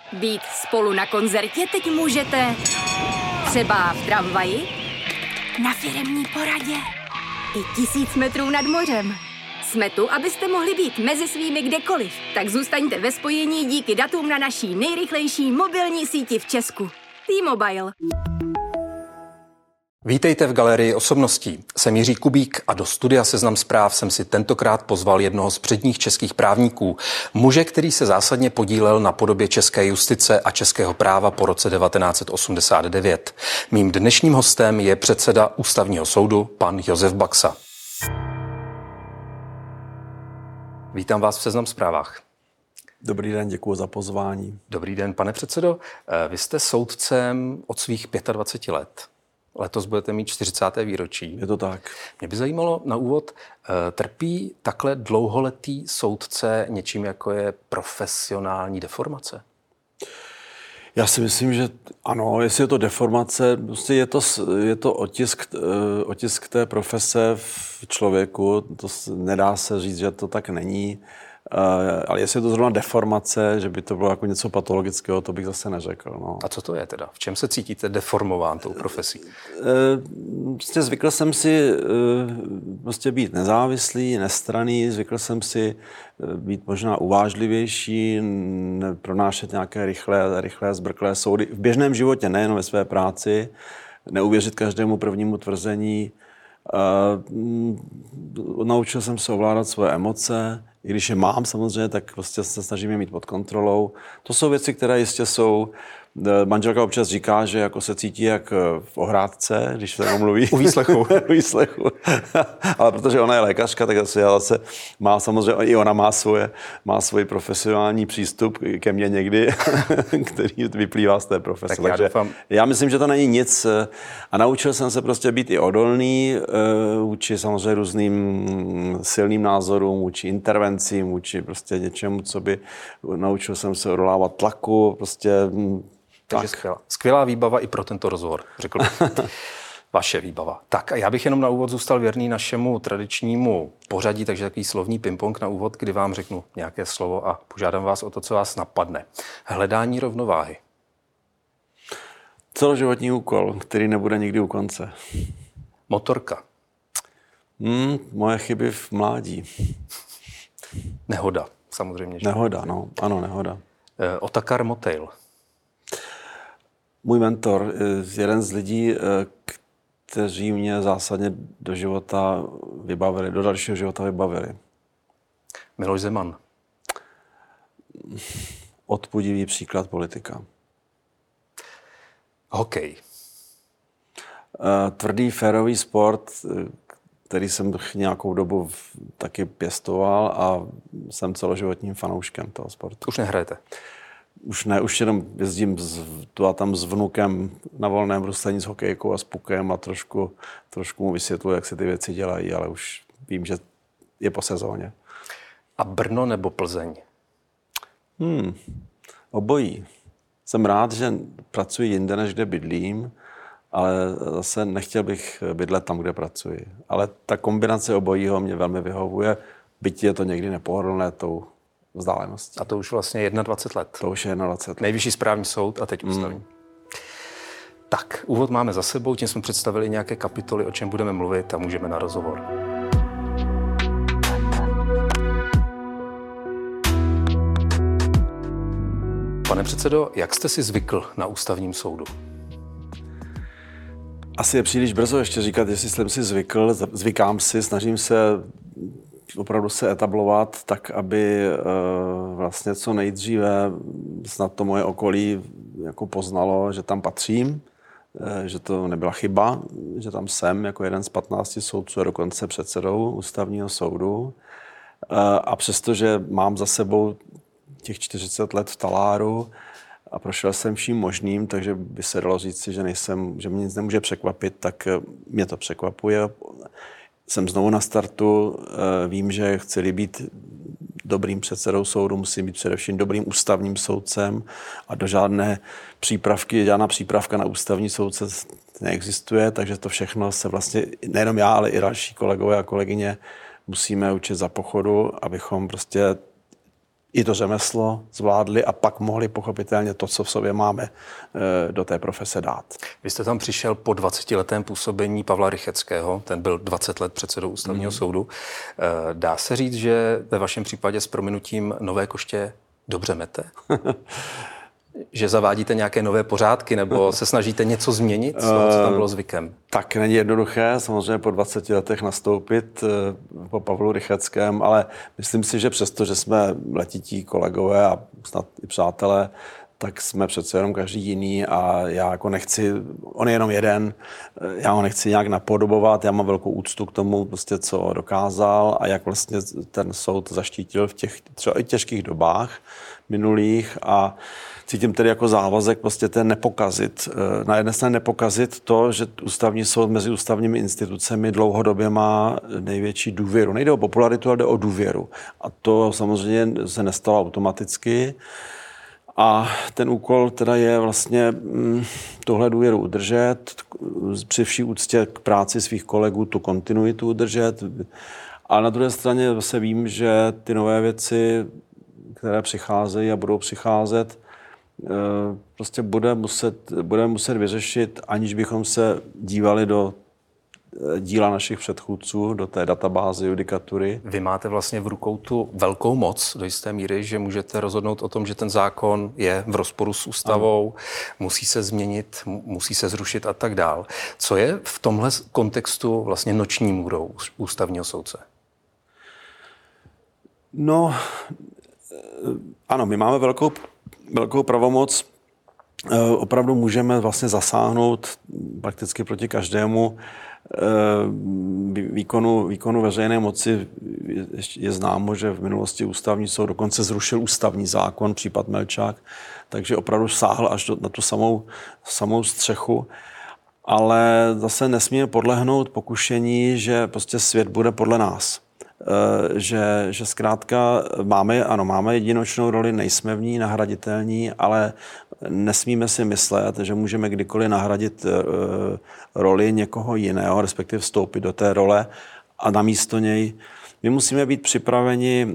Být spolu na koncertě teď můžete třeba v tramvaji, na firemní poradě i 1000 metrů nad mořem. Jsme tu, abyste mohli být mezi svými kdekoliv. Tak zůstaňte ve spojení díky datům na naší nejrychlejší mobilní síti v Česku. T-Mobile. Vítejte v Galerii osobností. Jsem Jiří Kubík a do studia Seznam zpráv jsem si tentokrát pozval jednoho z předních českých právníků. Muže, který se zásadně podílel na podobě české justice a českého práva po roce 1989. Mým dnešním hostem je předseda Ústavního soudu, pan Josef Baxa. Vítám vás v Seznam zprávách. Dobrý den, děkuji za pozvání. Dobrý den, pane předsedo. Vy jste soudcem od svých 25 let. Letos budete mít 40. výročí. Je to tak. Mě by zajímalo na úvod, trpí takhle dlouholetý soudce něčím, jako je profesionální deformace? Já si myslím, že ano, jestli je to deformace, prostě je to otisk té profese v člověku, to nedá se říct, že to tak není. Ale jestli je to zrovna deformace, že by to bylo jako něco patologického, to bych zase neřekl. No. A co to je teda? V čem se cítíte deformován tou profesí? Prostě zvykl jsem si prostě být nezávislý, nestranný, zvykl jsem si být možná uvážlivější, pronášet nějaké rychlé, zbrklé soudy. V běžném životě, nejen ve své práci, neuvěřit každému prvnímu tvrzení. Naučil jsem se ovládat svoje emoce, i když je mám samozřejmě, tak prostě se snažím je mít pod kontrolou. To jsou věci, které jistě jsou. Manželka občas říká, že jako se cítí jak v ohrádce, když se tam mluví. U výslechu. Ale protože ona je lékařka, tak asi má samozřejmě, i ona má svůj profesionální přístup ke mně někdy, který vyplývá z té profese. Takže já myslím, že to není nic. A naučil jsem se prostě být i odolný vůči samozřejmě různým silným názorům, vůči intervencím, vůči prostě něčemu, co by naučil jsem se odolávat tlaku, prostě. Takže skvělá výbava i pro tento rozhovor, řekl bych. Vaše výbava. Tak a já bych jenom na úvod zůstal věrný našemu tradičnímu pořadí, takže takový slovní ping-pong na úvod, kdy vám řeknu nějaké slovo a požádám vás o to, co vás napadne. Hledání rovnováhy. Celoživotní úkol, který nebude nikdy u konce. Motorka. Moje chyby v mládí. Nehoda, samozřejmě. Že? Nehoda, no. Ano, nehoda. Otakar Motejl. Můj mentor, jeden z lidí, kteří mě zásadně do života vybavili, do dalšího života vybavili. Miloš Zeman. Odpudivý příklad politika. Hokej. Tvrdý, férový sport, který jsem nějakou dobu taky pěstoval a jsem celoživotním fanouškem toho sportu. Už nehrajete? Už ne, už jenom jezdím tu a tam s vnukem na volném bruslení s hokejkou a s pukem a trošku mu vysvětluji, jak se ty věci dělají, ale už vím, že je po sezóně. A Brno nebo Plzeň? Obojí. Jsem rád, že pracuji jinde, než kde bydlím, ale zase nechtěl bych bydlet tam, kde pracuji. Ale ta kombinace obojího mě velmi vyhovuje, byť je to někdy nepohodlné tou vzdálenost. A to už vlastně 21 let. To už je 21 let. Nejvyšší správní soud a teď ústavní. Tak, úvod máme za sebou, tím jsme představili nějaké kapitoly, o čem budeme mluvit a můžeme na rozhovor. Pane předsedo, jak jste si zvykl na Ústavním soudu? Asi je příliš brzo ještě říkat, jestli jsem si zvykl. Zvykám si, snažím se opravdu se etablovat tak, aby vlastně co nejdříve snad to moje okolí jako poznalo, že tam patřím, že to nebyla chyba, že tam jsem jako jeden z 15 soudců a dokonce předsedou Ústavního soudu. A přestože mám za sebou těch 40 let v taláru a prošel jsem vším možným, takže by se dalo říct, že mě nic nemůže překvapit, tak mě to překvapuje. Jsem znovu na startu, vím, že chci být dobrým předsedou soudu, musím být především dobrým ústavním soudcem a žádná přípravka na ústavní soudce neexistuje, takže to všechno se vlastně, nejenom já, ale i další kolegové a kolegyně musíme učit za pochodu, abychom prostě i to řemeslo zvládli a pak mohli pochopitelně to, co v sobě máme, do té profese dát. Vy jste tam přišel po 20letém působení Pavla Rycheckého, ten byl 20 let předsedou Ústavního soudu. Dá se říct, že ve vašem případě s prominutím nové koště dobře mete? Že zavádíte nějaké nové pořádky nebo se snažíte něco změnit z toho, co tam bylo zvykem? Tak není jednoduché samozřejmě po 20 letech nastoupit po Pavlu Rycheckém, ale myslím si, že přesto, že jsme letití kolegové a snad i přátelé, tak jsme přece jenom každý jiný a já jako nechci, on je jenom jeden, já ho nechci nějak napodobovat, já mám velkou úctu k tomu, prostě, co dokázal a jak vlastně ten soud zaštítil v těch třeba i těžkých dobách minulých a cítím tedy jako závazek prostě ten nepokazit. Na jedné straně nepokazit to, že ústavní soud mezi ústavními institucemi dlouhodobě má největší důvěru. Nejde o popularitu, ale jde o důvěru. A to samozřejmě se nestalo automaticky. A ten úkol teda je vlastně tohle důvěru udržet, při vší úctě k práci svých kolegů tu kontinuitu udržet. A na druhé straně zase vím, že ty nové věci, které přicházejí a budou přicházet, prostě budeme muset vyřešit, aniž bychom se dívali do díla našich předchůdců, do té databáze judikatury. Vy máte vlastně v rukou tu velkou moc do jisté míry, že můžete rozhodnout o tom, že ten zákon je v rozporu s ústavou, musí se změnit, musí se zrušit a tak dál. Co je v tomhle kontextu vlastně noční můrou ústavního soudce? No, ano, my máme velkou pravomoc. Opravdu můžeme vlastně zasáhnout prakticky proti každému výkonu veřejné moci. Je známo, že v minulosti ústavní soud dokonce zrušil ústavní zákon, případ Melčák, takže opravdu sáhl až na tu samou střechu. Ale zase nesmíme podlehnout pokušení, že prostě svět bude podle nás. Že zkrátka máme jedinečnou roli, nejsme v ní nahraditelní, ale nesmíme si myslet, že můžeme kdykoliv nahradit roli někoho jiného, respektive vstoupit do té role a namísto něj. My musíme být připraveni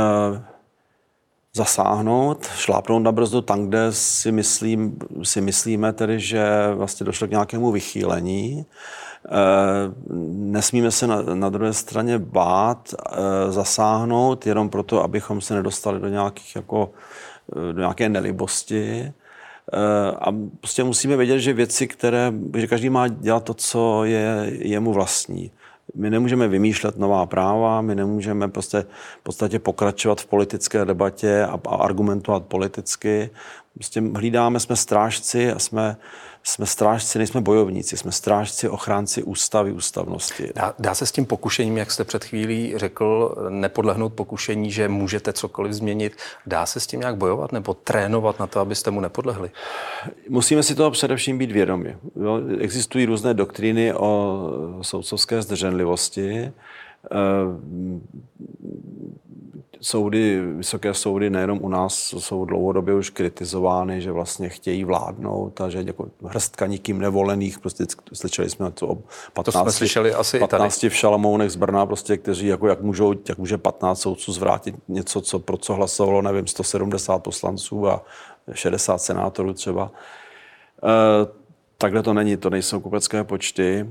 zasáhnout, šlápnout na brzdu tam, kde si myslíme tedy, že vlastně došlo k nějakému vychýlení. Nesmíme se na druhé straně bát zasáhnout jenom proto, abychom se nedostali do do nějaké nelibosti. A prostě musíme vědět, že že každý má dělat to, co je jemu vlastní. My nemůžeme vymýšlet nová práva, my nemůžeme prostě v podstatě pokračovat v politické debatě a argumentovat politicky. Prostě hlídáme, jsme strážci a jsme strážci, nejsme bojovníci, jsme strážci, ochránci ústavy, ústavnosti. Dá se s tím pokušením, jak jste před chvílí řekl, nepodlehnout pokušení, že můžete cokoliv změnit? Dá se s tím nějak bojovat nebo trénovat na to, abyste mu nepodlehli? Musíme si toho především být vědomi. Existují různé doktríny o soudcovské zdrženlivosti. Vysoké soudy nejenom u nás jsou dlouhodobě už kritizovány, že vlastně chtějí vládnout a že jako hrstka nikým nevolených, prostě slyšeli jsme to o 15 v Šalamounech z Brna, prostě, kteří jak může 15 soudců zvrátit něco, pro co hlasovalo, nevím, 170 poslanců a 60 senátorů třeba. Takhle to není, to nejsou kupecké počty.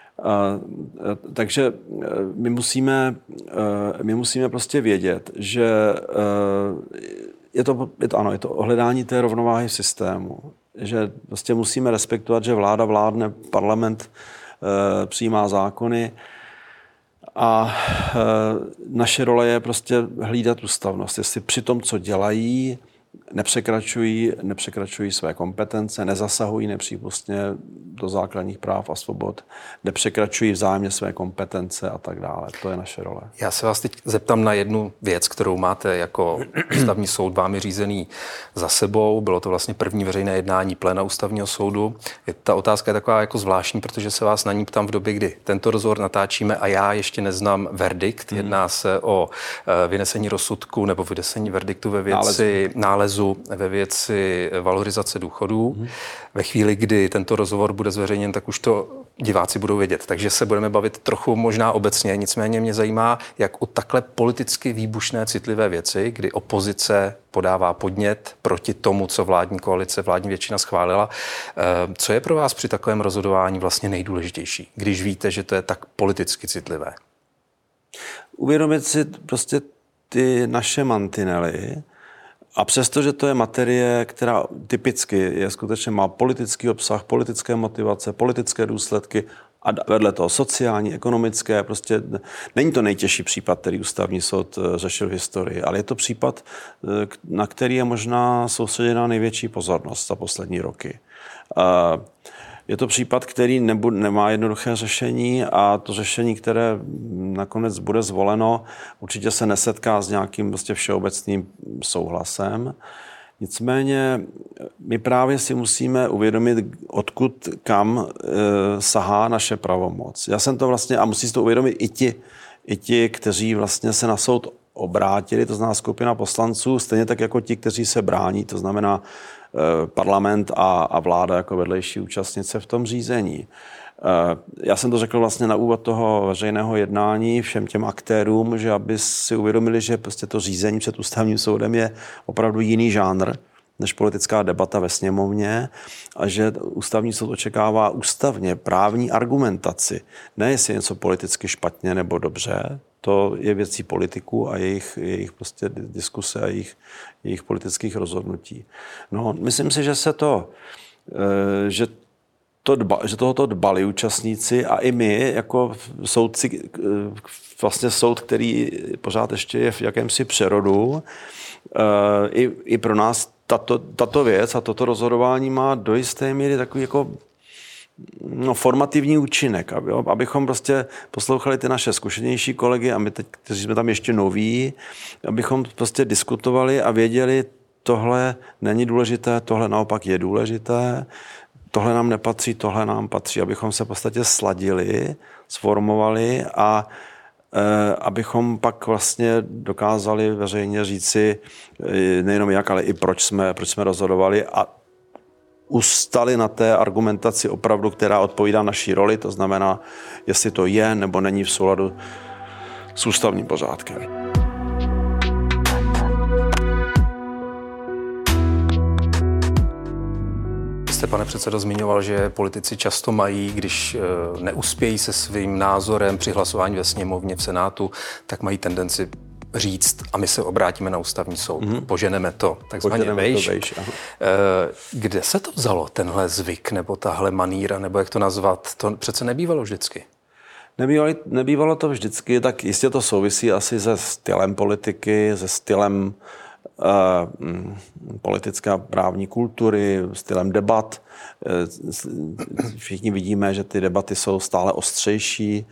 Takže my musíme prostě vědět, že je to ohledání té rovnováhy v systému, že prostě musíme respektovat, že vláda vládne, parlament přijímá zákony a naše role je prostě hlídat ústavnost, jestli při tom, co dělají, nepřekračují své kompetence, nezasahují nepřípustně do základních práv a svobod, nepřekračují vzájemně své kompetence a tak dále. To je naše role. Já se vás teď zeptám na jednu věc, kterou máte jako ústavní soud vámi řízený za sebou. Bylo to vlastně první veřejné jednání pléna ústavního soudu. Ta otázka je taková jako zvláštní, protože se vás na ní ptám v době, kdy tento rozhovor natáčíme a já ještě neznám verdikt. Jedná se o vynesení rozsudku nebo vynesení verdiktu ve věci nálezu ve věci valorizace důchodů. Ve chvíli, kdy tento rozhovor bude bude zveřejněn, tak už to diváci budou vědět. Takže se budeme bavit trochu možná obecně. Nicméně mě zajímá, jak u takhle politicky výbušné citlivé věci, kdy opozice podává podnět proti tomu, co vládní koalice, vládní většina schválila. Co je pro vás při takovém rozhodování vlastně nejdůležitější, když víte, že to je tak politicky citlivé? Uvědomit si prostě ty naše mantinely a přesto, že to je materie, která typicky je skutečně má politický obsah, politické motivace, politické důsledky a vedle toho sociální, ekonomické, prostě není to nejtěžší případ, který ústavní soud řešil v historii, ale je to případ, na který je možná soustředěna největší pozornost za poslední roky. Je to případ, který nemá jednoduché řešení a to řešení, které nakonec bude zvoleno, určitě se nesetká s nějakým prostě všeobecným souhlasem. Nicméně my právě si musíme uvědomit, odkud kam sahá naše pravomoc. Já jsem to vlastně, a musí si to uvědomit i ti, kteří vlastně se na soud obrátili, to znamená skupina poslanců, stejně tak jako ti, kteří se brání, to znamená parlament a vláda jako vedlejší účastnice v tom řízení. Já jsem to řekl vlastně na úvod toho veřejného jednání všem těm aktérům, že aby si uvědomili, že prostě to řízení před ústavním soudem je opravdu jiný žánr než politická debata ve sněmovně a že ústavní soud očekává ústavně právní argumentaci. Ne, jestli je něco politicky špatně nebo dobře, to je věcí politiků a jejich prostě diskuse a jejich politických rozhodnutí. No, myslím si, že tohoto dbali účastníci a i my jako soudci, vlastně soud, který pořád ještě je v jakémsi přerodu, i pro nás tato věc a toto rozhodování má do jisté míry takový jako formativní účinek, abychom prostě poslouchali ty naše zkušenější kolegy a my teď, kteří jsme tam ještě noví, abychom prostě diskutovali a věděli, tohle není důležité, tohle naopak je důležité, tohle nám nepatří, tohle nám patří, abychom se v podstatě sladili, sformovali a abychom pak vlastně dokázali veřejně říci nejenom jak, ale i proč jsme rozhodovali a ustali na té argumentaci opravdu, která odpovídá naší roli, to znamená, jestli to je nebo není v souladu s ústavním pořádkem. Jste, pane předsedo, zmiňoval, že politici často mají, když neuspějí se svým názorem při hlasování ve sněmovně, v Senátu, tak mají tendenci říct a my se obrátíme na ústavní soud. Poženeme to, takzvaně vejš. Kde se to vzalo, tenhle zvyk, nebo tahle maníra, nebo jak to nazvat? To přece nebývalo vždycky. Nebývalo to vždycky, tak jistě to souvisí asi se stylem politiky, se stylem politické a právní kultury, stylem debat. Všichni vidíme, že ty debaty jsou stále ostřejší,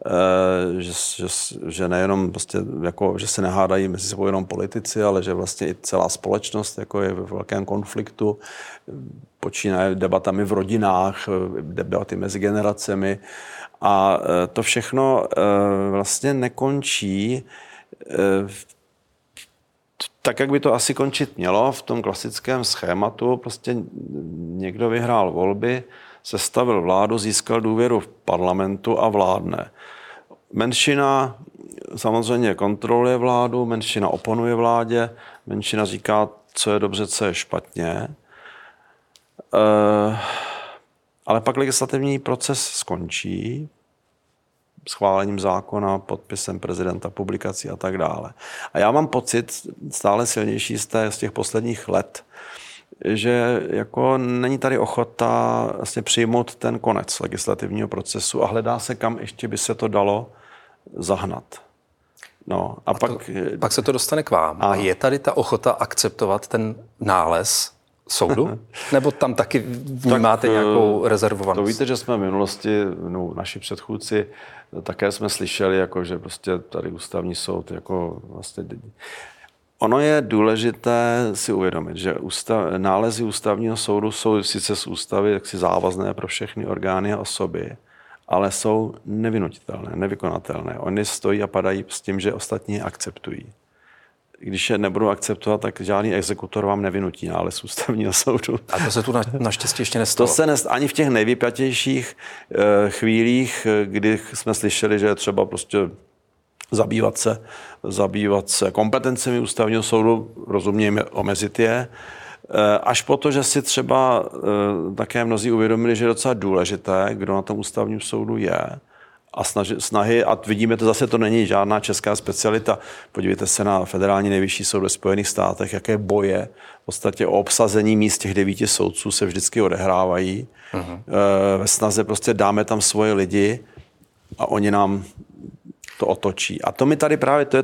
že nejenom prostě jako, že se nehádají mezi sebou jenom politici, ale že vlastně i celá společnost jako je ve velkém konfliktu. Počínaje debatami v rodinách, debaty mezi generacemi a to všechno vlastně nekončí tak, jak by to asi končit mělo v tom klasickém schématu. Prostě někdo vyhrál volby, sestavil vládu, získal důvěru v parlamentu a vládne. Menšina samozřejmě kontroluje vládu, menšina oponuje vládě, menšina říká, co je dobře, co je špatně. Ale pak legislativní proces skončí schválením zákona, podpisem prezidenta, publikací a tak dále. A já mám pocit, stále silnější z těch posledních let, že jako není tady ochota vlastně přijmout ten konec legislativního procesu a hledá se, kam ještě by se to dalo zahnat. No, a pak se to dostane k vám. A je tady ta ochota akceptovat ten nález soudu? Nebo tam taky vnímáte nějakou rezervovanost? To víte, že jsme v minulosti, naši předchůdci, také jsme slyšeli, jako, že prostě tady ústavní soud jako vlastně... Ono je důležité si uvědomit, že nálezy ústavního soudu jsou sice z ústavy jaksi závazné pro všechny orgány a osoby, ale jsou nevynutitelné, nevykonatelné. Oni stojí a padají s tím, že ostatní akceptují. když je nebudou akceptovat, tak žádný exekutor vám nevynutí nález ústavního soudu. A to se tu naštěstí ještě nestalo. To se ani v těch nejvypjatějších chvílích, kdy jsme slyšeli, že je třeba prostě zabývat se kompetencemi ústavního soudu, rozumně jim omezit je, až po to, že si třeba také mnozí uvědomili, že je docela důležité, kdo na tom ústavním soudu je, a snahy, a vidíme, to zase to není žádná česká specialita. Podívejte se na federální nejvyšší soud ve Spojených státech, jaké boje v podstatě o obsazení míst těch 9 soudců se vždycky odehrávají. Ve snaze prostě dáme tam svoje lidi a oni nám to otočí. A to mi tady právě, to je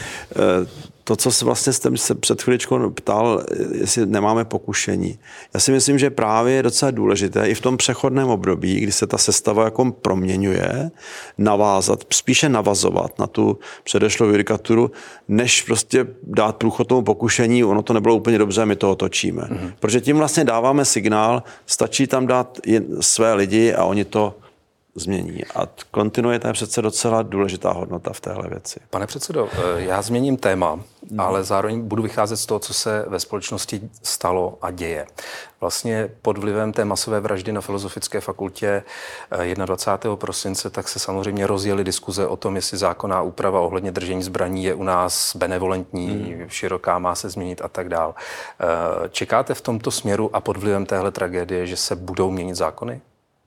to, co se vlastně jste se před chviličkou ptal, jestli nemáme pokušení. Já si myslím, že právě je docela důležité i v tom přechodném období, kdy se ta sestava jako proměňuje, spíše navazovat na tu předešlou judikaturu, než prostě dát průchod tomu pokušení, ono to nebylo úplně dobře, my to otočíme. Protože tím vlastně dáváme signál, stačí tam dát své lidi a oni to změní. A kontinuita je přece docela důležitá hodnota v téhle věci. Pane předsedo, já změním téma, ale zároveň budu vycházet z toho, co se ve společnosti stalo a děje. Vlastně pod vlivem té masové vraždy na Filozofické fakultě 21. prosince tak se samozřejmě rozjely diskuze o tom, jestli zákonná úprava ohledně držení zbraní je u nás benevolentní, široká, má se změnit a tak dál. Čekáte v tomto směru a pod vlivem téhle tragédie, že se budou měnit zákony?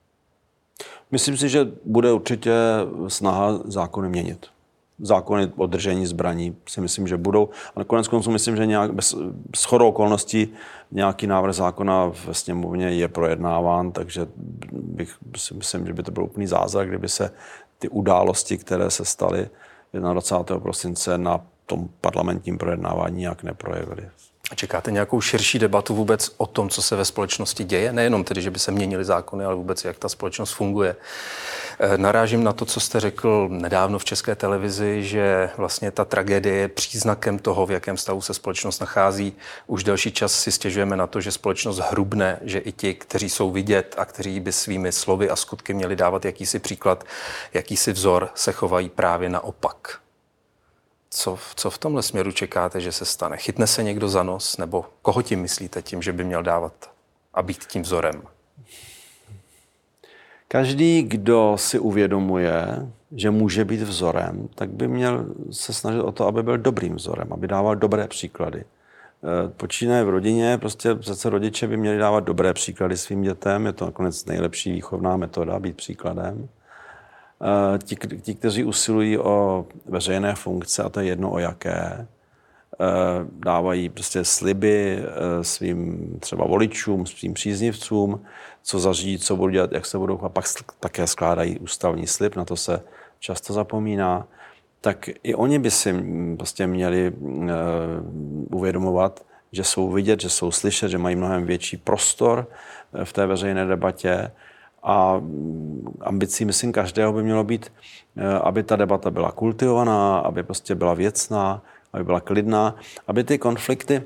Myslím si, že bude určitě snaha zákony měnit. Zákony o držení zbraní si myslím, že budou. A nakonec konců myslím, že shodou okolností nějaký návrh zákona ve sněmovně je projednáván, takže si myslím, že by to byl úplný zázrak, kdyby se ty události, které se staly 21. prosince na tom parlamentním projednávání nějak neprojevily. A čekáte nějakou širší debatu vůbec o tom, co se ve společnosti děje? Nejenom tedy, že by se měnily zákony, ale vůbec, jak ta společnost funguje. Narážím na to, co jste řekl nedávno v České televizi, že vlastně ta tragédie je příznakem toho, v jakém stavu se společnost nachází. Už delší čas si stěžujeme na to, že společnost hrubne, že i ti, kteří jsou vidět a kteří by svými slovy a skutky měli dávat jakýsi příklad, jakýsi vzor, se chovají právě naopak. Co v tomhle směru čekáte, že se stane? Chytne se někdo za nos? Nebo koho tím myslíte tím, že by měl dávat a být tím vzorem? Každý, kdo si uvědomuje, že může být vzorem, tak by měl se snažit o to, aby byl dobrým vzorem, aby dával dobré příklady. Počínaje v rodině, prostě přece rodiče by měli dávat dobré příklady svým dětem, je to nakonec nejlepší výchovná metoda, být příkladem. Ti, kteří usilují o veřejné funkce, a to je jedno o jaké, dávají prostě sliby svým třeba voličům, svým příznivcům, co zařídí, co budou dělat, jak se budou, a pak také skládají ústavní slib, na to se často zapomíná, tak i oni by si prostě měli uvědomovat, že jsou vidět, že jsou slyšet, že mají mnohem větší prostor v té veřejné debatě. A ambicí, myslím, každého by mělo být, aby ta debata byla kultivovaná, aby prostě byla věcná, aby byla klidná, aby ty konflikty...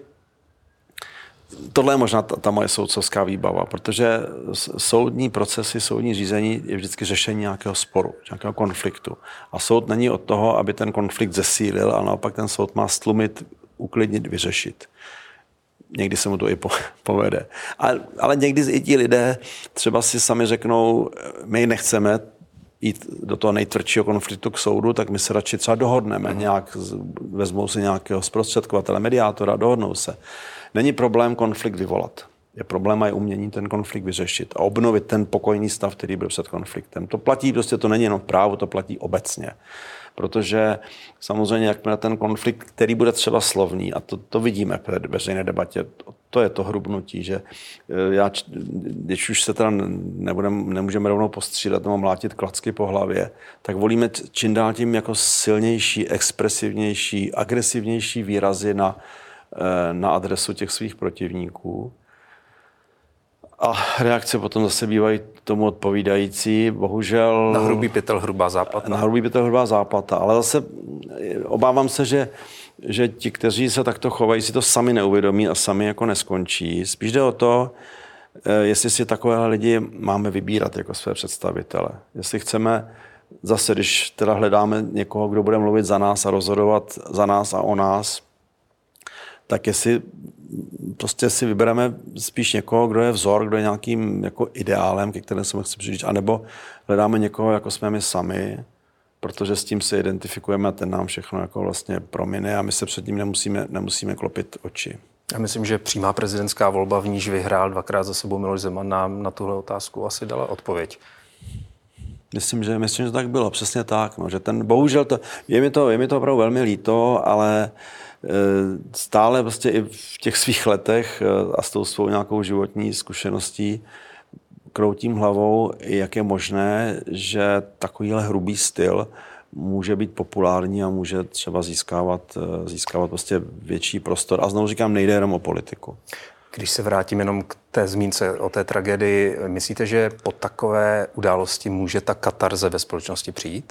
Tohle je možná ta moje soudcovská výbava, protože soudní procesy, soudní řízení je vždycky řešení nějakého sporu, nějakého konfliktu. A soud není od toho, aby ten konflikt zesílil, ale naopak ten soud má stlumit, uklidnit, vyřešit. Někdy se mu to i povede. Ale někdy i ti lidé třeba si sami řeknou, my nechceme jít do toho nejtvrdšího konfliktu k soudu, tak my se radši třeba dohodneme, nějak vezmou si nějakého zprostředkovatele, mediátora, dohodnou se. Není problém konflikt vyvolat. Je problém a je umění ten konflikt vyřešit a obnovit ten pokojný stav, který byl před konfliktem. To platí, prostě to není jenom v právu, to platí obecně. Protože samozřejmě, jakmile ten konflikt, který bude třeba slovný, a to vidíme v veřejné debatě, to je to hrubnutí, že když už se teda nemůžeme rovnou postřídat nebo mlátit klacky po hlavě, tak volíme čím dál tím jako silnější, expresivnější, agresivnější výrazy na adresu těch svých protivníků. A reakce potom zase bývají tomu odpovídající, bohužel... Na hrubý pytel, hrubá záplata. Na hrubý pytel, hrubá záplata, ale zase obávám se, že ti, kteří se takto chovají, si to sami neuvědomí a sami jako neskončí. Spíš jde o to, jestli si takové lidi máme vybírat jako své představitele. Jestli chceme zase, když teda hledáme někoho, kdo bude mluvit za nás a rozhodovat za nás a o nás, tak jestli prostě si vybereme spíš někoho, kdo je vzor, kdo je nějakým jako ideálem, ke kterému se chci přijít, anebo hledáme někoho, jako jsme my sami, protože s tím se identifikujeme a ten nám všechno jako vlastně promine a my se před ním nemusíme klopit oči. Já myslím, že přímá prezidentská volba, v níž vyhrál 2krát za sebou Miloš Zeman, nám na tuhle otázku asi dala odpověď. Myslím, že tak bylo, přesně tak. No, že bohužel je mi to opravdu velmi líto, ale stále prostě i v těch svých letech a s tou svou nějakou životní zkušeností kroutím hlavou, jak je možné, že takovýhle hrubý styl může být populární a může třeba získávat prostě větší prostor. A znovu říkám, nejde jenom o politiku. Když se vrátím jenom k té zmínce o té tragédii, myslíte, že po takové události může ta katarze ve společnosti přijít?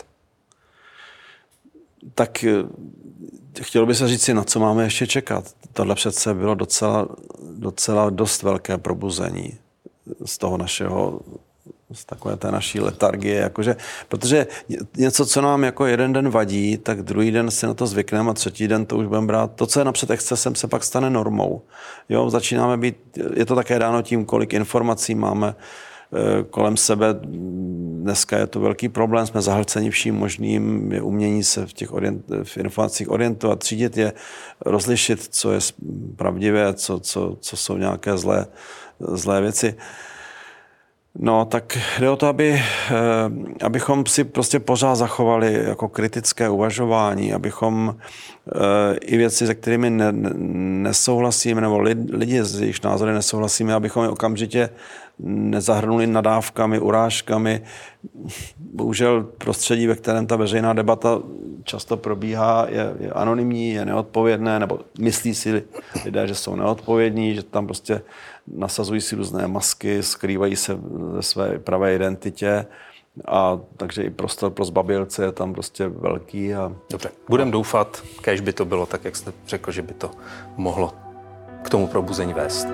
Tak chtělo by se říct si, na co máme ještě čekat. Tohle přece bylo docela dost velké probuzení z toho z takové té naší letargie, jakože, protože něco, co nám jako jeden den vadí, tak druhý den si na to zvykneme a třetí den to už budeme brát. To, co je napřed excesem, se pak stane normou. Jo, začínáme být, je to také dáno tím, kolik informací máme kolem sebe. Dneska je to velký problém, jsme zahlceni vším možným, je umění se v informacích orientovat, třídit je, rozlišit, co je pravdivé, co jsou nějaké zlé věci. No, tak jde o to, abychom si prostě pořád zachovali jako kritické uvažování, abychom i věci, se kterými nesouhlasíme, nebo lidi, s jejich názory nesouhlasíme, abychom je okamžitě nezahrnuli nadávkami, urážkami. Bohužel prostředí, ve kterém ta veřejná debata často probíhá, je anonymní, je neodpovědné, nebo myslí si lidé, že jsou neodpovědní, že tam prostě nasazují si různé masky, skrývají se ve své pravé identitě, a takže i prostor pro zbabělce je tam prostě velký. Dobře, budeme doufat, kéž by to bylo tak, jak jste řekl, že by to mohlo k tomu probuzení vést.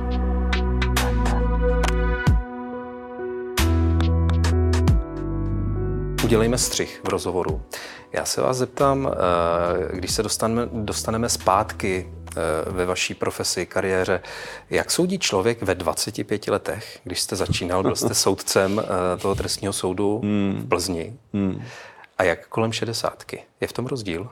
Udělejme střih v rozhovoru. Já se vás zeptám, když se dostaneme zpátky ve vaší profesi, kariéře, jak soudí člověk ve 25 letech, když jste začínal, byl jste soudcem toho trestního soudu v Plzni, a jak kolem 60? Je v tom rozdíl?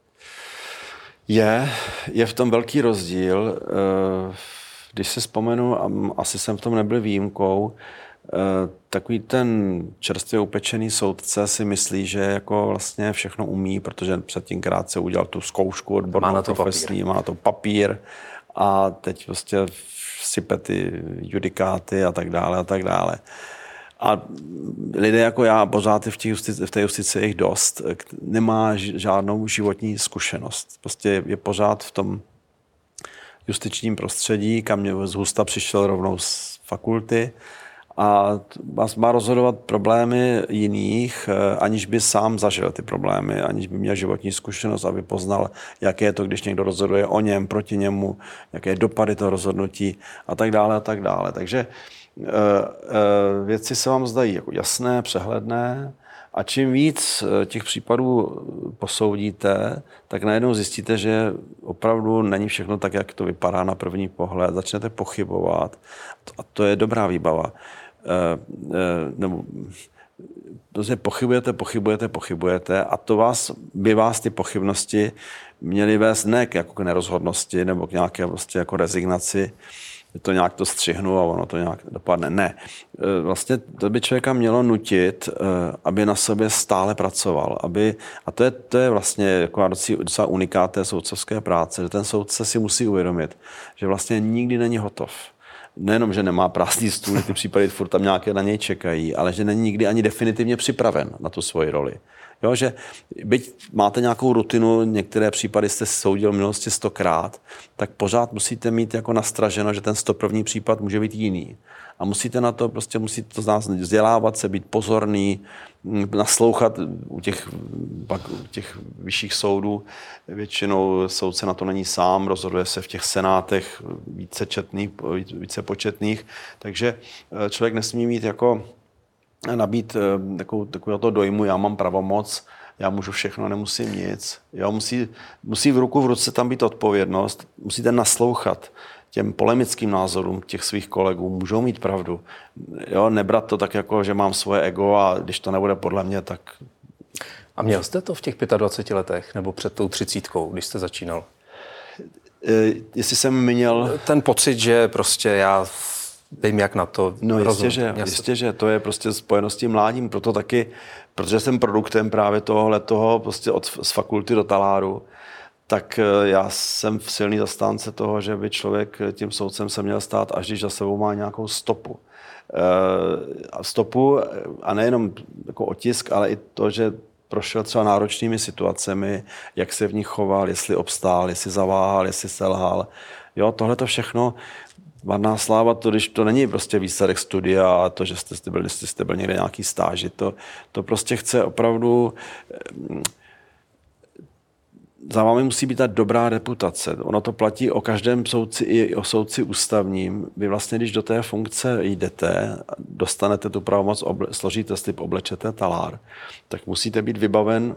Je v tom velký rozdíl. Když si vzpomenu, a asi jsem v tom nebyl výjimkou, takový ten čerstvě upečený soudce si myslí, že jako vlastně všechno umí, protože předtím krátce udělal tu zkoušku odbornou profesní, má na to papír a teď prostě sype ty judikáty a tak dále a tak dále. A lidé jako já, pořád v té justici je jich dost, nemá žádnou životní zkušenost. Prostě je pořád v tom justičním prostředí, kam mě z husta přišel rovnou z fakulty, a má rozhodovat problémy jiných, aniž by sám zažil ty problémy, aniž by měl životní zkušenost, aby poznal, jaké je to, když někdo rozhoduje o něm, proti němu, jaké dopady toho rozhodnutí a tak dále a tak dále. Takže věci se vám zdají jako jasné, přehledné, a čím víc těch případů posoudíte, tak najednou zjistíte, že opravdu není všechno tak, jak to vypadá na první pohled. Začnete pochybovat a to je dobrá výbava. Nebo pochybujete a by vás ty pochybnosti měly vést ne jako k nerozhodnosti nebo k nějaké prostě jako rezignaci, to nějak to střihnu a ono to nějak dopadne. Ne. Vlastně to by člověka mělo nutit, aby na sobě stále pracoval. A to je vlastně jako docela unikát té soudcovské práce, že ten soudce si musí uvědomit, že vlastně nikdy není hotov. Nejenom, že nemá prázdný stůl, ty případy furt tam nějaké na něj čekají, ale že není nikdy ani definitivně připraven na tu svoji roli. Jo, že byť máte nějakou rutinu, některé případy jste soudil v minulosti 100krát, tak pořád musíte mít jako nastraženo, že ten 101. případ může být jiný. A musíte z nás vzdělávat se, být pozorný, naslouchat u těch vyšších soudů. Většinou soudce na to není sám, rozhoduje se v těch senátech více početných, takže člověk nesmí mít nabít takového dojmu, já mám pravomoc já můžu všechno, nemusím nic. Jo, musí v ruku v ruce tam být odpovědnost, musíte naslouchat těm polemickým názorům těch svých kolegů, můžou mít pravdu. Jo, nebrat to tak jako, že mám svoje ego a když to nebude podle mě, tak... A měl jste to v těch 25 letech nebo před tou 30, když jste začínal? Jestli jsem měl... Ten pocit, že prostě já vím, jak na to jistě, že to je prostě spojeno s tím mládím, proto taky, protože jsem produktem právě tohohletoho, prostě z fakulty do taláru, tak já jsem v silný zastánce toho, že by člověk tím soudcem se měl stát, až když za sebou má nějakou stopu. A nejenom jako otisk, ale i to, že prošel třeba náročnými situacemi, jak se v nich choval, jestli obstál, jestli zaváhal, jestli selhal. Jo, tohle to všechno, marná sláva, to, když to není prostě výsledek studia a to, že jste byl někde nějaký stáži, to prostě chce opravdu... Za vámi musí být ta dobrá reputace. Ono to platí o každém soudci i o soudci ústavním. Vy vlastně, když do té funkce jdete, dostanete tu pravomoc, složíte slib, oblečete talár, tak musíte být vybaven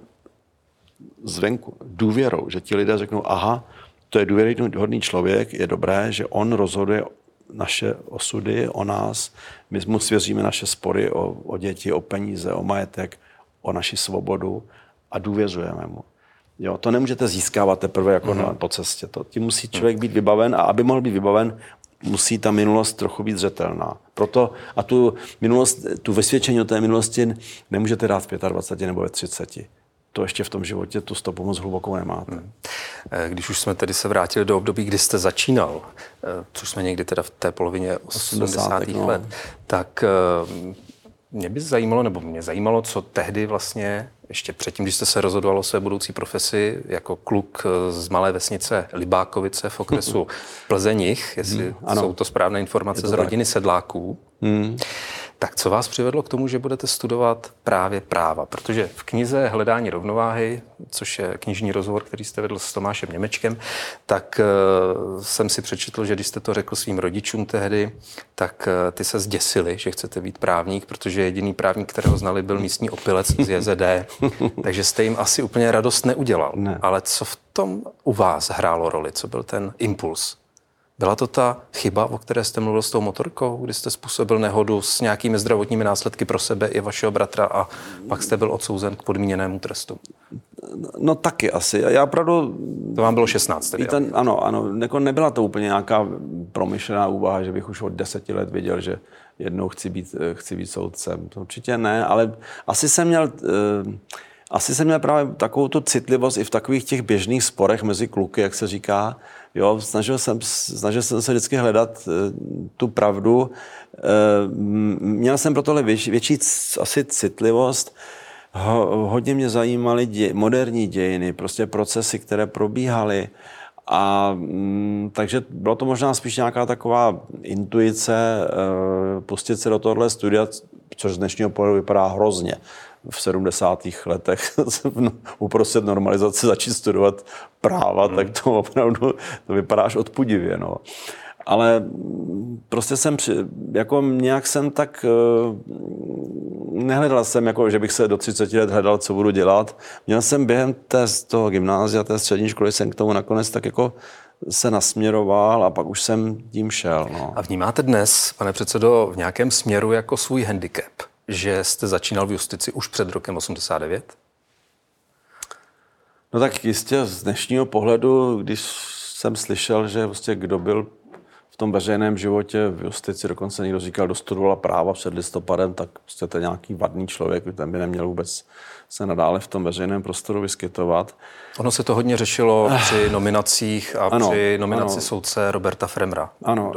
zvenku důvěrou, že ti lidé řeknou, aha, to je důvěryhodný člověk, je dobré, že on rozhoduje naše osudy, o nás, my mu svěříme naše spory o děti, o peníze, o majetek, o naši svobodu a důvěřujeme mu. Jo, to nemůžete získávat teprve jako po cestě. Tím musí člověk být vybaven a aby mohl být vybaven, musí ta minulost trochu být zřetelná. Proto a tu minulost, tu vysvědčení o té minulosti nemůžete dát v 25 nebo ve 30. To ještě v tom životě tu stopu moc hlubokou nemáte. Když už jsme tedy se vrátili do období, kdy jste začínal, což jsme někdy teda v té polovině 80. let, tak mě zajímalo, co tehdy vlastně, ještě předtím, když jste se rozhodoval o své budoucí profesi, jako kluk z malé vesnice Libákovice v okresu Plzeňich, jestli jsou to správné informace z rodiny sedláků, tak co vás přivedlo k tomu, že budete studovat právě práva? Protože v knize Hledání rovnováhy, což je knižní rozhovor, který jste vedl s Tomášem Němečkem, tak jsem si přečetl, že když jste to řekl svým rodičům tehdy, tak ty se zděsili, že chcete být právník, protože jediný právník, kterého znali, byl místní opilec z JZD, takže jste jim asi úplně radost neudělal. Ne. Ale co v tom u vás hrálo roli? Co byl ten impuls? Byla to ta chyba, o které jste mluvil s tou motorkou, kdy jste způsobil nehodu s nějakými zdravotními následky pro sebe i vašeho bratra a pak jste byl odsouzen k podmíněnému trestu? No taky asi. Já opravdu... To vám bylo 16. Ano. Nebyla to úplně nějaká promyšlená úvaha, že bych už od 10 let věděl, že jednou chci být soudcem. To určitě ne, ale asi jsem měl právě takovou tu citlivost i v takových těch běžných sporech mezi kluky, jak se říká. Jo, snažil jsem se vždycky hledat tu pravdu. Měl jsem pro tohle větší asi citlivost. Hodně mě zajímaly moderní dějiny, prostě procesy, které probíhaly. A takže bylo to možná spíš nějaká taková intuice pustit se do tohohle studia, což z dnešního pohledu vypadá hrozně. V 70. letech uprostřed normalizace začít studovat práva, tak to opravdu to vypadá až odpudivě. No. Ale prostě nějak jsem tak nehledal jsem, jako, že bych se do 30 let hledal, co budu dělat. Měl jsem během toho gymnázia, té střední školy, jsem k tomu nakonec tak jako se nasměroval a pak už jsem tím šel. No. A vnímáte dnes, pane předsedo, v nějakém směru jako svůj handicap, že jste začínal v justici už před rokem 89? No tak jistě z dnešního pohledu, když jsem slyšel, že vlastně kdo byl v tom veřejném životě v justici, dokonce někdo říkal, dostudovala práva před listopadem, tak prostě to je nějaký vadný člověk, ten by neměl vůbec se nadále v tom veřejném prostoru vyskytovat. Ono se to hodně řešilo při nominacích a při nominaci soudce Roberta Fremra. Ano.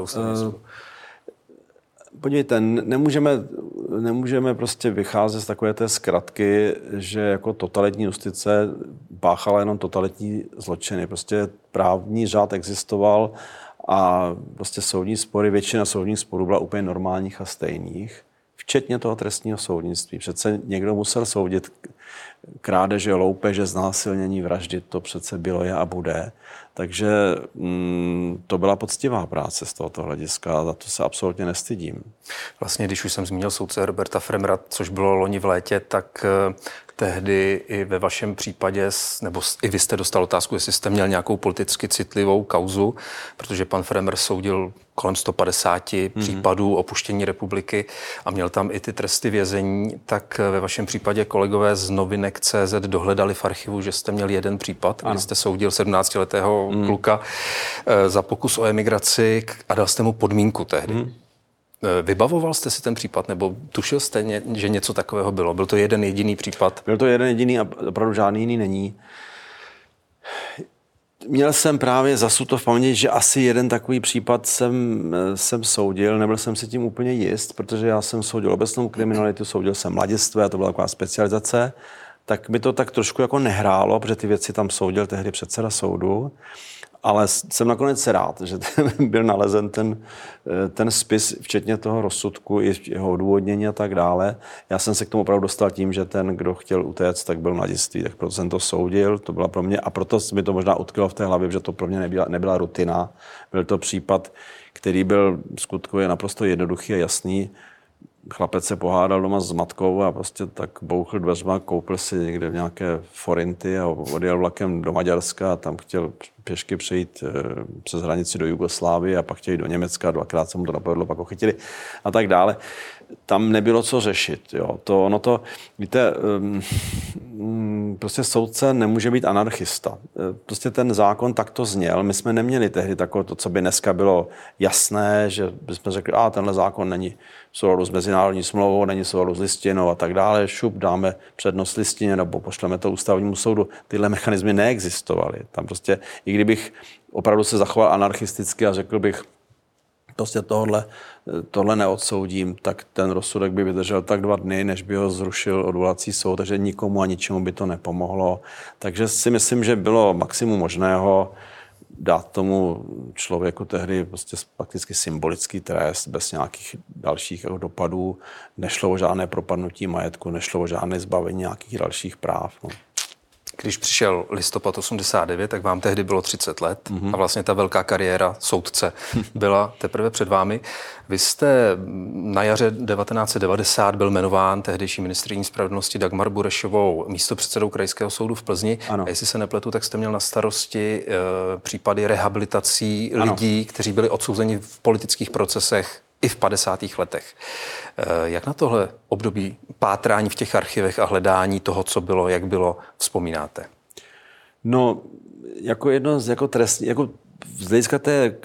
Podívejte, nemůžeme prostě vycházet z takové té zkratky, že jako totalitní justice páchala jenom totalitní zločiny. Prostě právní řád existoval a prostě soudní spory, většina soudních sporů byla úplně normálních a stejných, včetně toho trestního soudnictví. Přece někdo musel soudit krádeže, loupeže, znásilnění, vraždy, to přece bylo, je a bude. Takže to byla poctivá práce z tohoto hlediska a za to se absolutně nestydím. Vlastně, když už jsem zmínil soudce Roberta Fremra, což bylo loni v létě, tak Tehdy i ve vašem případě, nebo i vy jste dostal otázku, jestli jste měl nějakou politicky citlivou kauzu, protože pan Fremer soudil kolem 150 případů opuštění republiky a měl tam i ty tresty vězení, tak ve vašem případě kolegové z Novinek.cz dohledali v archivu, že jste měl jeden případ, kdy jste soudil 17letého kluka za pokus o emigraci a dal jste mu podmínku tehdy. Vybavoval jste si ten případ, nebo tušil jste, že něco takového bylo? Byl to jeden jediný případ? Byl to jeden jediný a opravdu žádný jiný není. Měl jsem právě zasuto v paměti, že asi jeden takový případ jsem soudil, nebyl jsem si tím úplně jist, protože já jsem soudil obecnou kriminalitu, soudil jsem mladistvé, a to byla taková specializace, tak mi to tak trošku jako nehrálo, protože ty věci tam soudil tehdy předseda soudu. Ale jsem nakonec rád, že byl nalezen ten spis, včetně toho rozsudku, i jeho odůvodnění a tak dále. Já jsem se k tomu opravdu dostal tím, že ten, kdo chtěl utéct, tak byl mladiství, tak proto jsem to soudil, to byla pro mě, a proto mi to možná utkvělo v té hlavě, že to pro mě nebyla rutina. Byl to případ, který byl skutkově naprosto jednoduchý a jasný. Chlapec se pohádal doma s matkou a prostě tak bouchl dveřma, koupil si někde nějaké forinty a odjel vlakem do Maďarska a tam chtěl pěšky přejít přes hranici do Jugoslávie a pak chtěli do Německa, dvakrát se mu to napovedlo, pak ho chytili a tak dále. Tam nebylo co řešit. Jo. Víte, prostě soudce nemůže být anarchista. Prostě ten zákon takto zněl. My jsme neměli tehdy takové to, co by dneska bylo jasné, že bychom řekli, tenhle zákon není v souladu s mezinárodní smlouvou, není v souladu s listinou a tak dále. Šup, dáme přednost listině nebo pošleme to ústavnímu soudu. Tyhle mechanismy neexistovaly. Tam prostě, i kdybych opravdu se zachoval anarchisticky a řekl bych, prostě tohle neodsoudím, tak ten rozsudek by vydržel tak 2 dny, než by ho zrušil odvolací soud, takže nikomu a ničemu by to nepomohlo. Takže si myslím, že bylo maximum možného dát tomu člověku tehdy prostě prakticky symbolický trest bez nějakých dalších dopadů. Nešlo o žádné propadnutí majetku, nešlo o žádné zbavení nějakých dalších práv. No. Když přišel listopad 89, tak vám tehdy bylo 30 let a vlastně ta velká kariéra soudce byla teprve před vámi. Vy jste na jaře 1990 byl jmenován tehdejší ministryní spravedlnosti Dagmar Burešovou místopředsedou Krajského soudu v Plzni. Ano. A jestli se nepletu, tak jste měl na starosti případy rehabilitací lidí, kteří byli odsouzeni v politických procesech i v 50. letech. Jak na tohle období pátrání v těch archivech a hledání toho, co bylo, jak bylo, vzpomínáte? No, jako z hlediska té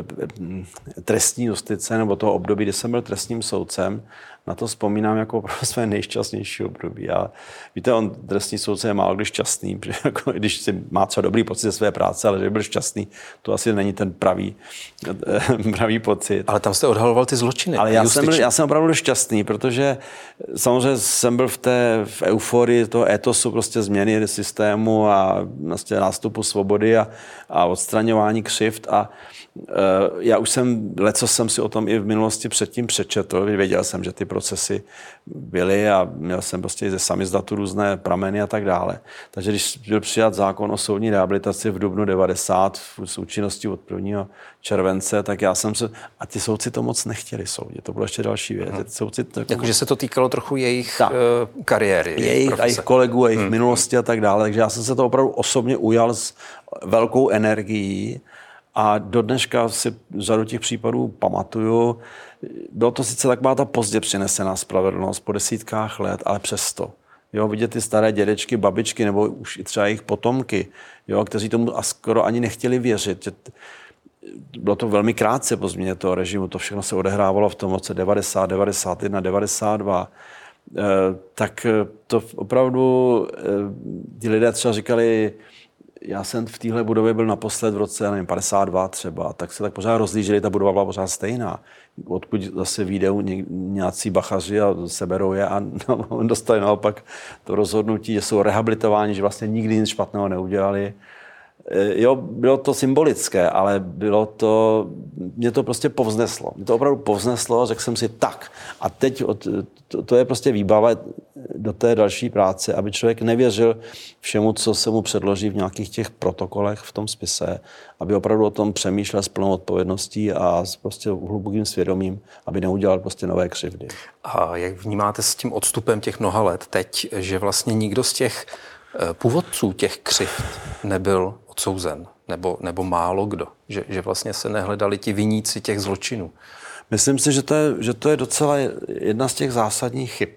trestní justice nebo toho období, kdy jsem byl trestním soudcem, na to vzpomínám jako své nejšťastnější období. A víte, trestní soudce je málo kdy šťastný, protože jako, když si má třeba dobrý pocit ze své práce, ale že byl šťastný, to asi není ten pravý pocit. Ale tam jste odhaloval ty zločiny. Ale já jsem opravdu šťastný, protože samozřejmě jsem byl v euforii toho etosu prostě změny systému a vlastně nástupu svobody a odstraňování křivd a já už jsem si o tom i v minulosti předtím přečetl, věděl jsem, že ty procesy byly a měl jsem prostě i ze samizdatu různé prameny a tak dále. Takže když byl přijat zákon o soudní rehabilitaci v dubnu 90 s účinností od 1. července, tak já jsem se... A ty soudci to moc nechtěli soudit, to bylo ještě další věc. Jakože se to týkalo trochu jejich kariéry. Jejich kolegů a jejich minulosti a tak dále. Takže já jsem se to opravdu osobně ujal s velkou energií. A do dneška si řadu těch případů pamatuju. Bylo to sice taková ta pozdě přinesená spravedlnost po desítkách let, ale přesto. Jo, vidět ty staré dědečky, babičky nebo už i třeba jejich potomky, jo, kteří tomu skoro ani nechtěli věřit. Bylo to velmi krátce po změně toho režimu, to všechno se odehrávalo v tom roce 90, 91, 92. Tak to opravdu ti lidé třeba říkali, já jsem v téhle budově byl naposled v roce 52 třeba, tak se tak pořád rozlíželi, ta budova byla pořád stejná. Odkud zase vyjdou nějací bachaři a seberou je a dostali naopak to rozhodnutí, že jsou rehabilitováni, že vlastně nikdy nic špatného neudělali. Jo, bylo to symbolické, ale mě to prostě povzneslo. Mě to opravdu povzneslo, řekl jsem si tak. A teď to je prostě výbava do té další práce, aby člověk nevěřil všemu, co se mu předloží v nějakých těch protokolech v tom spise, aby opravdu o tom přemýšlel s plnou odpovědností a s prostě hlubokým svědomím, aby neudělal prostě nové křivdy. A jak vnímáte s tím odstupem těch mnoha let teď, že vlastně nikdo z těch původců těch křivd nebyl odsouzen, nebo málo kdo, že vlastně se nehledali ti viníci těch zločinů? Myslím si, že to je docela jedna z těch zásadních chyb.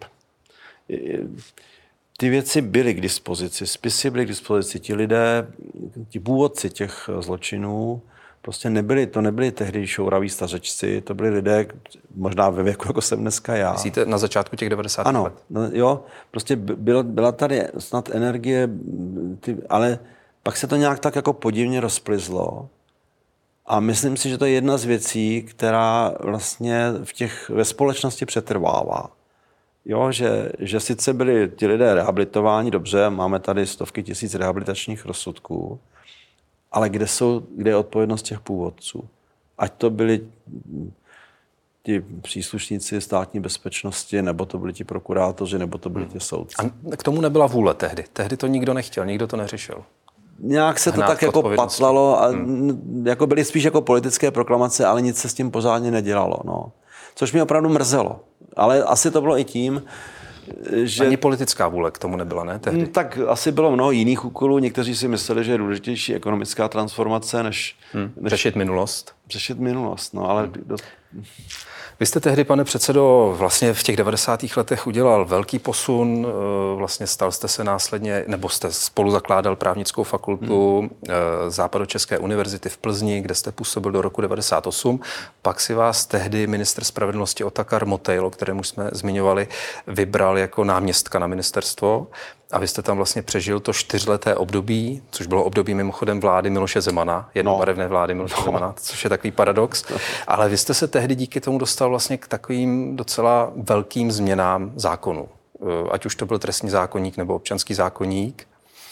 Ty věci byly k dispozici, spisy byly k dispozici, ti lidé, ti původci těch zločinů, prostě nebyli tehdy šouraví stařečci, to byli lidé možná ve věku, jako jsem dneska já. Myslíte na začátku těch 90. ano, let? Ano, jo, prostě byla tady snad energie, ale pak se to nějak tak jako podivně rozplyzlo. A myslím si, že to je jedna z věcí, která vlastně ve společnosti přetrvává. Jo, že sice byli ti lidé rehabilitováni, dobře, máme tady stovky tisíc rehabilitačních rozsudků, ale kde je odpovědnost těch původců? Ať to byli ti příslušníci státní bezpečnosti, nebo to byli ti prokurátoři, nebo to byli ti soudci. A k tomu nebyla vůle tehdy. Tehdy to nikdo nechtěl, nikdo to neřešil. Nějak se to tak jako patlalo a jako byly spíš jako politické proklamace, ale nic se s tím pořádně nedělalo. No. Což mě opravdu mrzelo. Ale asi to bylo i tím, že... Ani politická vůle k tomu nebyla, ne? Tehdy. Tak asi bylo mnoho jiných úkolů. Někteří si mysleli, že je důležitější ekonomická transformace, než řešit minulost. Řešit minulost, no ale... Vy jste tehdy, pane předsedo, vlastně v těch 90. letech udělal velký posun, vlastně stal jste se následně, nebo jste spolu zakládal právnickou fakultu Západočeské univerzity v Plzni, kde jste působil do roku 98. Pak si vás tehdy ministr spravedlnosti Otakar Motejl, o kterém jsme zmiňovali, vybral jako náměstka na ministerstvo. A vy jste tam vlastně přežil to 4leté období, což bylo období mimochodem vlády Miloše Zemana, jednobarevné vlády Miloše Zemana, což je takový paradox. Ale vy jste se tehdy díky tomu dostal vlastně k takovým docela velkým změnám zákonů. Ať už to byl trestní zákoník nebo občanský zákoník.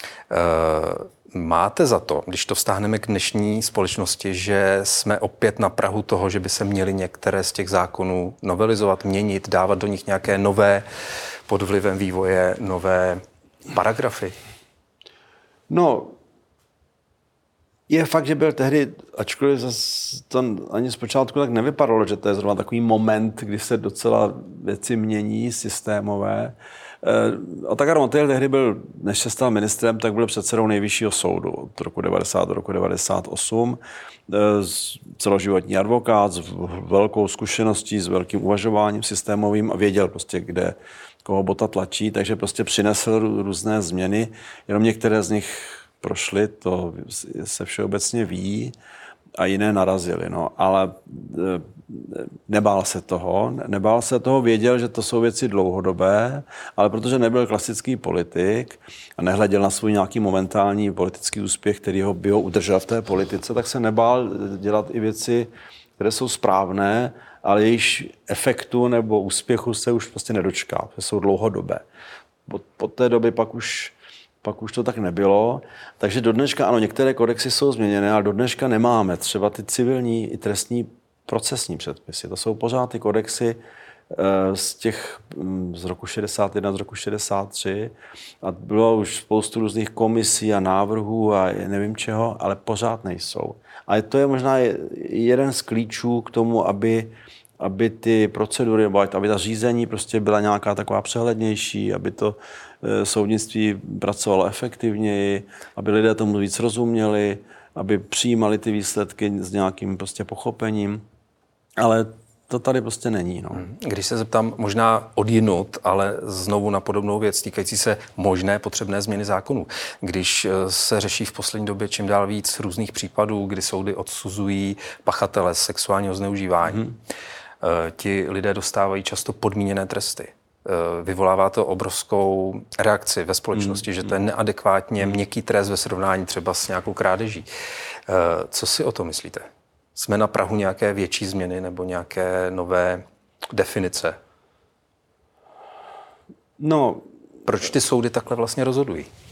Máte za to, když to vztáhneme k dnešní společnosti, že jsme opět na prahu toho, že by se měly některé z těch zákonů novelizovat, měnit, dávat do nich nějaké nové, pod vlivem vývoje, nové paragrafy? No, je fakt, že byl tehdy, ačkoliv to ani zpočátku tak nevypadalo, že to je zrovna takový moment, kdy se docela věci mění, systémové. Otakar Motejl tehdy byl, než se stal ministrem, tak byl předsedou Nejvyššího soudu od roku 90 do roku 98. Celoživotní advokát s velkou zkušeností, s velkým uvažováním systémovým a věděl prostě, kde koho bota tlačí, takže prostě přinesl různé změny, jenom některé z nich prošly, to se všeobecně ví, a jiné narazily. No. Ale nebál se toho, věděl, že to jsou věci dlouhodobé, ale protože nebyl klasický politik a nehleděl na svůj nějaký momentální politický úspěch, který by ho udržel v té politice, tak se nebál dělat i věci, které jsou správné, ale jejíž efektu nebo úspěchu se už prostě nedočká, protože jsou dlouhodobé. Od té doby pak už to tak nebylo. Takže do dneška, ano, některé kodexy jsou změněné, ale do dneška nemáme třeba ty civilní i trestní procesní předpisy. To jsou pořád ty kodexy z roku 61, z roku 63 a bylo už spoustu různých komisí a návrhů a nevím čeho, ale pořád nejsou. A to je možná jeden z klíčů k tomu, aby ty procedury, aby ta řízení prostě byla nějaká taková přehlednější, aby to soudnictví pracovalo efektivněji, aby lidé tomu víc rozuměli, aby přijímali ty výsledky s nějakým prostě pochopením. Ale to tady prostě není. No. Když se zeptám možná odjinud, ale znovu na podobnou věc týkající se možné potřebné změny zákonů. Když se řeší v poslední době čím dál víc různých případů, kdy soudy odsuzují pachatele sexuálního zneužívání, ti lidé dostávají často podmíněné tresty. Vyvolává to obrovskou reakci ve společnosti, že to je neadekvátně měkký trest ve srovnání třeba s nějakou krádeží. Co si o to myslíte? Jsme na prahu nějaké větší změny nebo nějaké nové definice? No, proč ty soudy takhle vlastně rozhodují?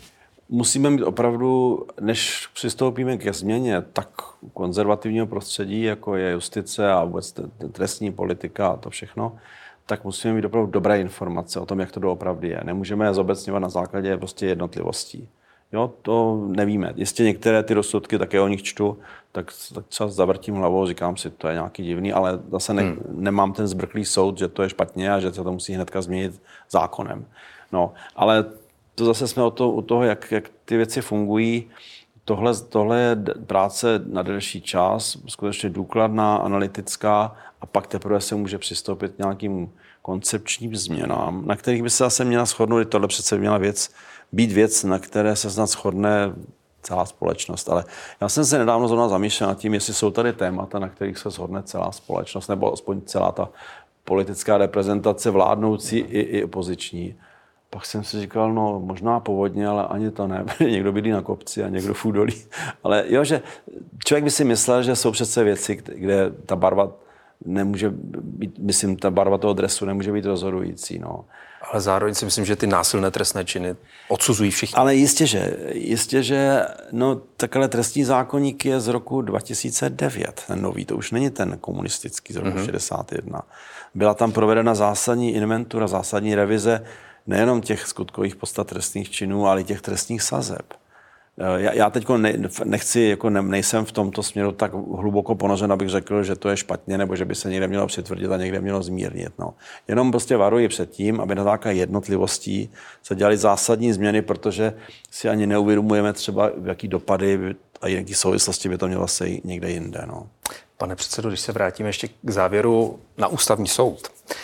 musíme mít opravdu, než přistoupíme ke změně tak konzervativního prostředí, jako je justice a vůbec trestní politika a to všechno, tak musíme mít opravdu dobré informace o tom, jak to doopravdy je. Nemůžeme je zobecňovat na základě prostě jednotlivostí. Jo, to nevíme. Jistě některé ty rozsudky, také o nich čtu, tak třeba zavrtím hlavou, říkám si, to je nějaký divný, ale zase nemám ten zbrklý soud, že to je špatně a že se to musí hnedka změnit zákonem. No, ale to zase jsme u toho, jak ty věci fungují. Tohle je práce na delší čas, skutečně důkladná, analytická a pak teprve se může přistoupit k nějakým koncepčním změnám, na kterých by se zase měla shodnout. Tohle přece měla být věc, na které se snad shodne celá společnost. Ale já jsem se nedávno zrovna zamýšlel nad tím, jestli jsou tady témata, na kterých se shodne celá společnost, nebo aspoň celá ta politická reprezentace vládnoucí i opoziční. Pak jsem si říkal, no možná povodně, ale ani to ne. Někdo bydlí na kopci a někdo v údolí. Ale jo, že člověk by si myslel, že jsou přece věci, kde ta barva nemůže být, myslím, ta barva toho dresu nemůže být rozhodující. No. Ale zároveň si myslím, že ty násilné trestné činy odsuzují všichni. Ale jistě, že no, takhle trestní zákoník je z roku 2009, ten nový, to už není ten komunistický z roku 61. Byla tam provedena zásadní inventura, zásadní revize nejenom těch skutkových podstat trestných činů, ale i těch trestních sazeb. Já teď nejsem v tomto směru tak hluboko ponořen, abych řekl, že to je špatně, nebo že by se někde mělo přitvrdit a někde mělo zmírnit. No. Jenom prostě varuji před tím, aby na základě jednotlivostí se dělaly zásadní změny, protože si ani neuvědomujeme třeba, v jaký dopady a jaký souvislosti by to mělo se někde jinde. No. Pane předsedo, když se vrátíme ještě k závěru na ústavní soud.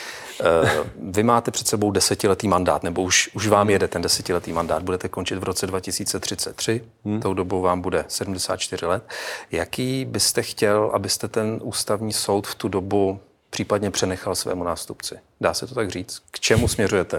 Vy máte před sebou 10letý mandát, nebo už vám jede ten 10letý mandát. Budete končit v roce 2033, tou dobou vám bude 74 let. Jaký byste chtěl, abyste ten ústavní soud v tu dobu případně přenechal svému nástupci? Dá se to tak říct? K čemu směřujete?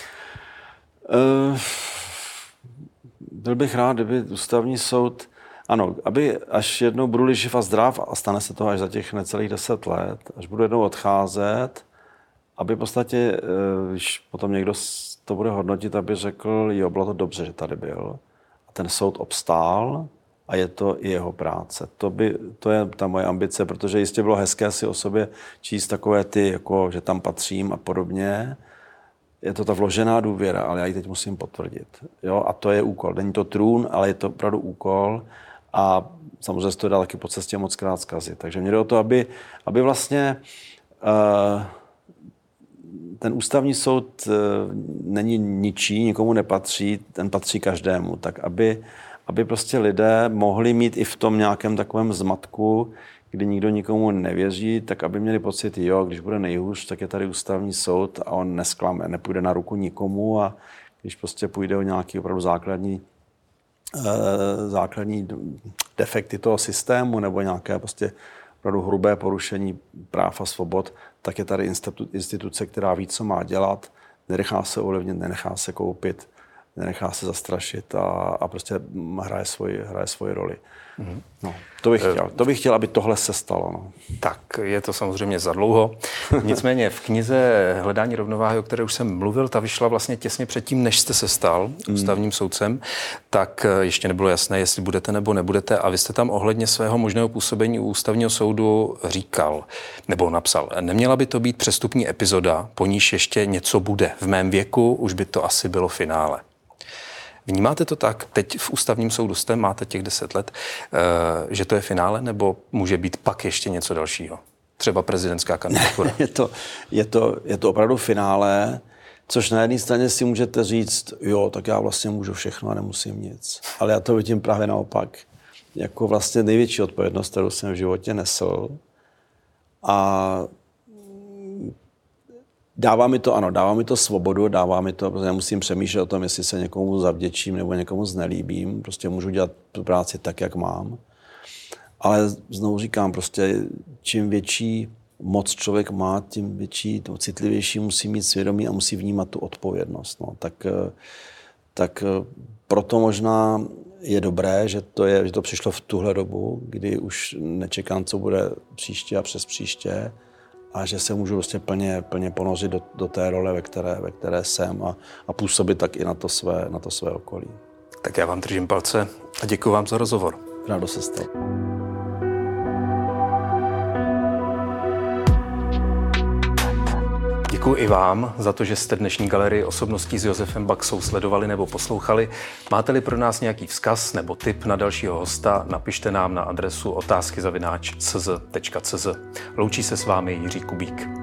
Byl bych rád, kdyby ústavní soud, ano, aby až jednou budu živ a zdrav, a stane se to až za těch necelých 10 let, až budu jednou odcházet, aby v podstatě, když potom někdo to bude hodnotit, aby řekl, jo, bylo to dobře, že tady byl. A ten soud obstál a je to i jeho práce. To je ta moje ambice, protože jistě bylo hezké si o sobě číst takové ty, jako, že tam patřím a podobně. Je to ta vložená důvěra, ale já ji teď musím potvrdit. Jo? A to je úkol. Není to trůn, ale je to opravdu úkol. A samozřejmě se to dá taky po cestě mockrát zkazit. Takže mě jde o to, aby vlastně ten ústavní soud není ničí, nikomu nepatří, ten patří každému. Tak aby prostě lidé mohli mít i v tom nějakém takovém zmatku, kdy nikdo nikomu nevěří, tak aby měli pocit, jo, když bude nejhůř, tak je tady ústavní soud a on nesklame, nepůjde na ruku nikomu a když prostě půjde o nějaký opravdu základní defekty toho systému nebo nějaké prostě opravdu hrubé porušení práv a svobod, tak je tady instituce, která ví, co má dělat, nenechá se ovlivnit, nenechá se koupit, nenechá se zastrašit a prostě hraje svoji roli. No, to bych chtěl, aby tohle se stalo. No. Tak, je to samozřejmě za dlouho. Nicméně v knize Hledání rovnováhy, o které už jsem mluvil, ta vyšla vlastně těsně předtím, než jste se stal ústavním soudcem, tak ještě nebylo jasné, jestli budete nebo nebudete. A vy jste tam ohledně svého možného působení u ústavního soudu říkal, nebo napsal, neměla by to být přestupní epizoda, po níž ještě něco bude. V mém věku už by to asi bylo finále. Vnímáte to tak? Teď v ústavním soudu jste, máte těch 10 let, že to je finále, nebo může být pak ještě něco dalšího? Třeba prezidentská kandidatura? Je to opravdu finále, což na jedné straně si můžete říct, jo, tak já vlastně můžu všechno a nemusím nic. Ale já to vidím právě naopak. Jako vlastně největší odpovědnost, kterou jsem v životě nesl. A dává mi to svobodu, protože nemusím přemýšlet o tom, jestli se někomu zavděčím nebo někomu znelíbím. Prostě můžu dělat tu práci tak, jak mám. Ale znovu říkám, prostě čím větší moc člověk má, tím větší, citlivější musí mít svědomí a musí vnímat tu odpovědnost. No. Tak proto možná je dobré, že to přišlo v tuhle dobu, kdy už nečekám, co bude příště a přes příště, a že se můžu vlastně plně ponořit do té role, ve které jsem a působit tak i na to své okolí. Tak já vám držím palce a děkuji vám za rozhovor. Rádo se stalo. Děkuji i vám za to, že jste dnešní galerii osobností s Josefem Baxou sledovali nebo poslouchali. Máte-li pro nás nějaký vzkaz nebo tip na dalšího hosta, napište nám na adresu otázky@cz.cz. Loučí se s vámi Jiří Kubík.